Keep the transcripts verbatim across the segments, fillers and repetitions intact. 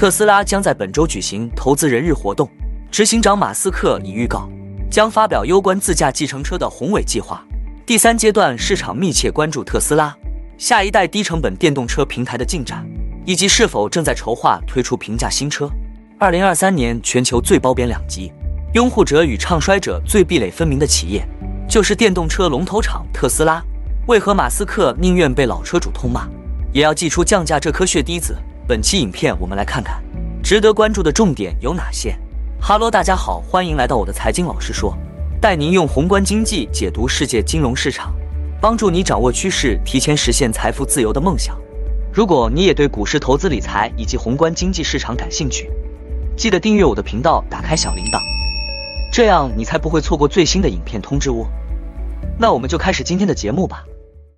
特斯拉将在本周举行投资人日活动，执行长马斯克已预告将发表有关自驾计程车的宏伟计划。第三阶段市场密切关注特斯拉下一代低成本电动车平台的进展，以及是否正在筹划推出平价新车。二零二三年全球最褒贬两极，拥护者与唱衰者最壁垒分明的企业就是电动车龙头厂特斯拉。为何马斯克宁愿被老车主痛骂，也要祭出降价这颗血滴子？本期影片我们来看看值得关注的重点有哪些。哈喽，大家好，欢迎来到我的财经老师说，带您用宏观经济解读世界金融市场，帮助你掌握趋势，提前实现财富自由的梦想。如果你也对股市投资理财以及宏观经济市场感兴趣，记得订阅我的频道，打开小铃铛，这样你才不会错过最新的影片通知哦。那我们就开始今天的节目吧。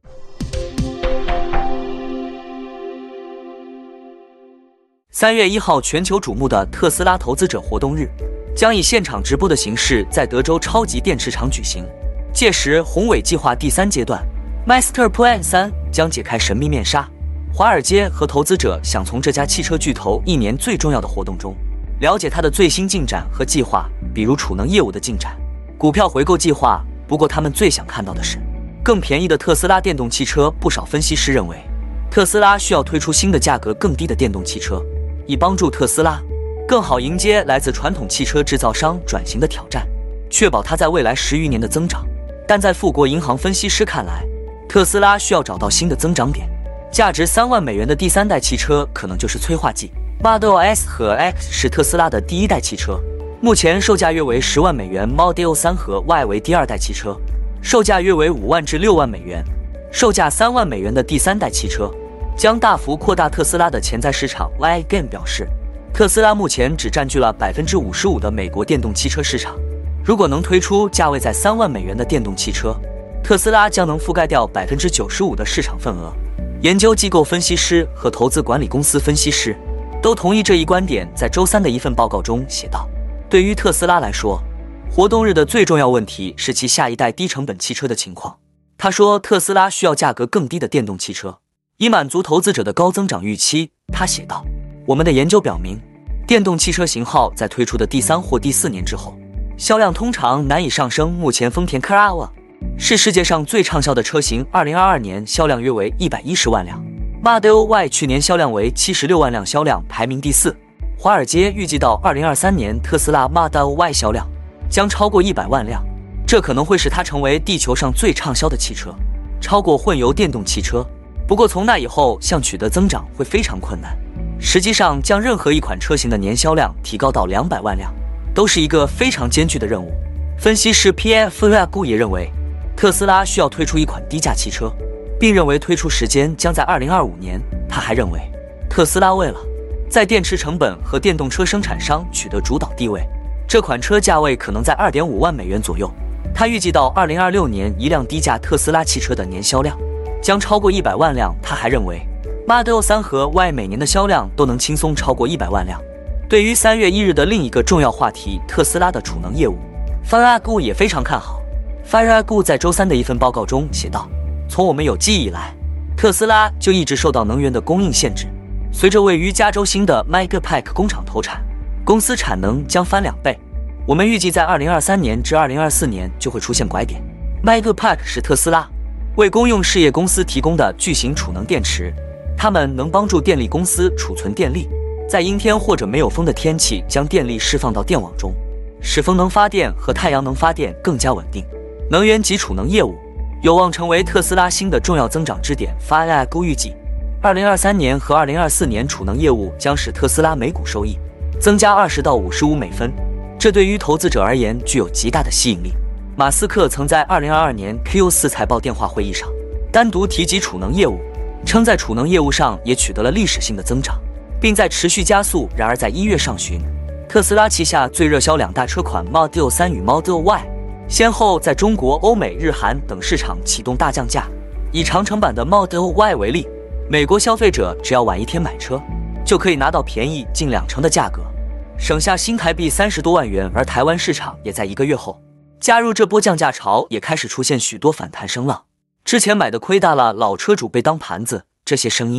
三月一号，全球瞩目的特斯拉投资者活动日将以现场直播的形式在德州超级电池厂举行。届时，宏伟计划第三阶段 Master Plan 三将解开神秘面纱。华尔街和投资者想从这家汽车巨头一年最重要的活动中了解它的最新进展和计划，比如储能业务的进展、股票回购计划。不过他们最想看到的是更便宜的特斯拉电动汽车。不少分析师认为，特斯拉需要推出新的价格更低的电动汽车，以帮助特斯拉更好迎接来自传统汽车制造商转型的挑战，确保它在未来十余年的增长。但在富国银行分析师看来，特斯拉需要找到新的增长点，价值三万美元的第三代汽车可能就是催化剂。 Model S 和 X 是特斯拉的第一代汽车，目前售价约为十万美元。 Model 三和 Y 为第二代汽车，售价约为五万至六万美元。售价三万美元的第三代汽车将大幅扩大特斯拉的潜在市场。 Ligam 表示，特斯拉目前只占据了 百分之五十五 的美国电动汽车市场，如果能推出价位在三万美元的电动汽车，特斯拉将能覆盖掉 百分之九十五 的市场份额。研究机构分析师和投资管理公司分析师都同意这一观点，在周三的一份报告中写道，对于特斯拉来说，活动日的最重要问题是其下一代低成本汽车的情况。他说，特斯拉需要价格更低的电动汽车，以满足投资者的高增长预期。他写道，我们的研究表明，电动汽车型号在推出的第三或第四年之后，销量通常难以上升。目前丰田 Caravan 是世界上最畅销的车型，二零二二年销量约为一百一十万辆。 Model Y 去年销量为七十六万辆，销量排名第四。华尔街预计到二零二三年，特斯拉 Model Y 销量将超过一百万辆，这可能会使它成为地球上最畅销的汽车，超过混油电动汽车。不过从那以后想取得增长会非常困难。实际上，将任何一款车型的年销量提高到两百万辆都是一个非常艰巨的任务。分析师 P F Lagu 也认为，特斯拉需要推出一款低价汽车，并认为推出时间将在二零二五年。他还认为，特斯拉为了在电池成本和电动车生产商取得主导地位，这款车价位可能在 二点五万美元左右。他预计到二零二六年，一辆低价特斯拉汽车的年销量将超过一百万辆。他还认为 Model 三和 Y 每年的销量都能轻松超过一百万辆。对于三月一日的另一个重要话题，特斯拉的储能业务， Farragut 也非常看好。 Farragut 在周三的一份报告中写道，从我们有记忆以来，特斯拉就一直受到能源的供应限制。随着位于加州新的 Megapack 工厂投产，公司产能将翻两倍。我们预计在二零二三年至二零二四年就会出现拐点。 Megapack 是特斯拉为公用事业公司提供的巨型储能电池，它们能帮助电力公司储存电力，在阴天或者没有风的天气将电力释放到电网中，使风能发电和太阳能发电更加稳定。能源及储能业务有望成为特斯拉新的重要增长支点。 Farragut 预计二零二三年和二零二四年储能业务将使特斯拉每股收益增加二十到五十五美分，这对于投资者而言具有极大的吸引力。马斯克曾在二零二二年 Q 四 财报电话会议上单独提及储能业务，称在储能业务上也取得了历史性的增长，并在持续加速。然而在一月上旬，特斯拉旗下最热销两大车款 Model 三与 Model Y 先后在中国、欧美、日韩等市场启动大降价。以长城版的 Model Y 为例，美国消费者只要晚一天买车，就可以拿到便宜近两成的价格，省下新台币三十多万元。而台湾市场也在一个月后加入这波降价潮，也开始出现许多反弹声浪。之前买的亏大了，老车主被当盘子，这些声音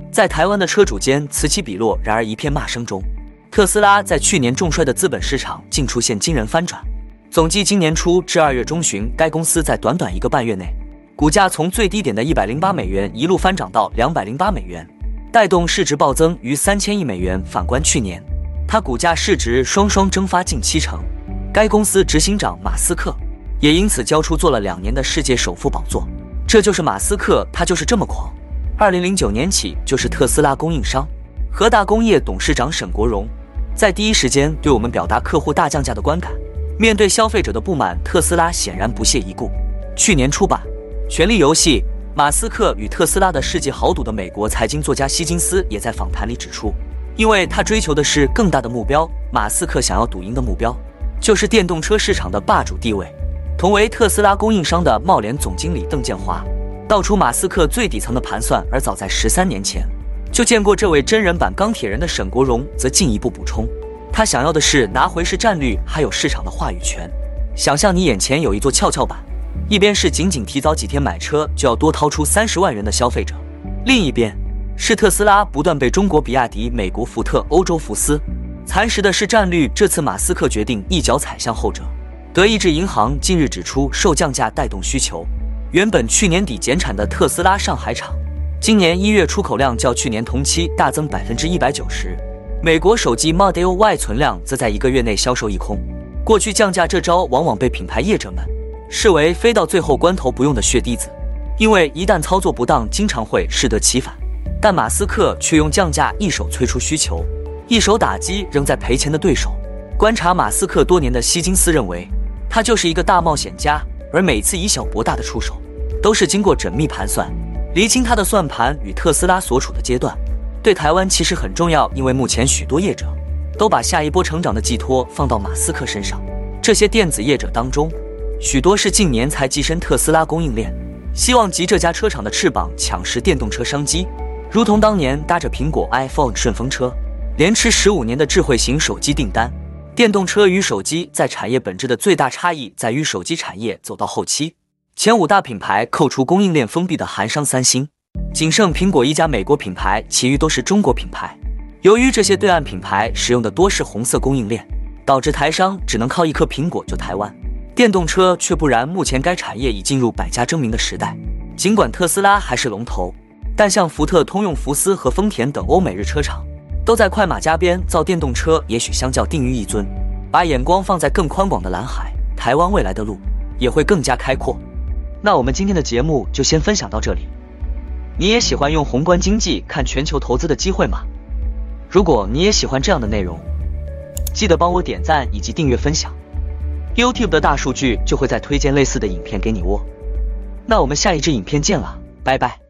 在台湾的车主间此起彼落，然而一片骂声中，特斯拉在去年重摔的资本市场竟出现惊人翻转。总计今年初至二月中旬，该公司在短短一个半月内，股价从最低点的一百零八美元一路翻涨到两百零八美元，带动市值暴增逾三千亿美元。反观去年，它股价市值双双蒸发近七成。该公司执行长马斯克也因此交出做了两年的世界首富宝座。这就是马斯克，他就是这么狂。二零零九年起就是特斯拉供应商。和大工业董事长沈国荣在第一时间对我们表达客户大降价的观感。面对消费者的不满，特斯拉显然不屑一顾。去年初吧，《权力游戏》马斯克与特斯拉的世纪豪赌的美国财经作家希金斯也在访谈里指出，因为他追求的是更大的目标，马斯克想要赌赢的目标就是电动车市场的霸主地位。同为特斯拉供应商的茂联总经理邓建华道出马斯克最底层的盘算，而早在十三年前就见过这位真人版钢铁人的沈国荣则进一步补充，他想要的是拿回市占率还有市场的话语权。想象你眼前有一座跷跷板，一边是仅仅提早几天买车就要多掏出三十万元的消费者，另一边是特斯拉不断被中国比亚迪、美国福特、欧洲福斯蚕食的市占率。这次马斯克决定一脚踩向后者。德意志银行近日指出，受降价带动需求，原本去年底减产的特斯拉上海厂，今年一月出口量较去年同期大增百分之一百九十。美国手机 Model Y 存量则在一个月内销售一空。过去降价这招往往被品牌业者们视为非到最后关头不用的血滴子，因为一旦操作不当，经常会适得其反。但马斯克却用降价一手催出需求，一手打击仍在赔钱的对手。观察马斯克多年的希金斯认为，他就是一个大冒险家，而每次以小博大的出手，都是经过缜密盘算，厘清他的算盘与特斯拉所处的阶段。对台湾其实很重要，因为目前许多业者都把下一波成长的寄托放到马斯克身上。这些电子业者当中，许多是近年才跻身特斯拉供应链，希望集这家车厂的翅膀抢食电动车商机，如同当年搭着苹果 iPhone 顺风车，连吃十五年的智慧型手机订单。电动车与手机在产业本质的最大差异在于，手机产业走到后期，前五大品牌扣除供应链封闭的韩商三星，仅剩苹果一家美国品牌，其余都是中国品牌。由于这些对岸品牌使用的多是红色供应链，导致台商只能靠一颗苹果救台湾。电动车却不然，目前该产业已进入百家争鸣的时代。尽管特斯拉还是龙头，但像福特、通用、福斯和丰田等欧美日车厂都在快马加鞭造电动车，也许相较定于一尊。把眼光放在更宽广的蓝海，台湾未来的路也会更加开阔。那我们今天的节目就先分享到这里。你也喜欢用宏观经济看全球投资的机会吗？如果你也喜欢这样的内容，记得帮我点赞以及订阅分享， YouTube 的大数据就会再推荐类似的影片给你哦。那我们下一支影片见了，拜拜。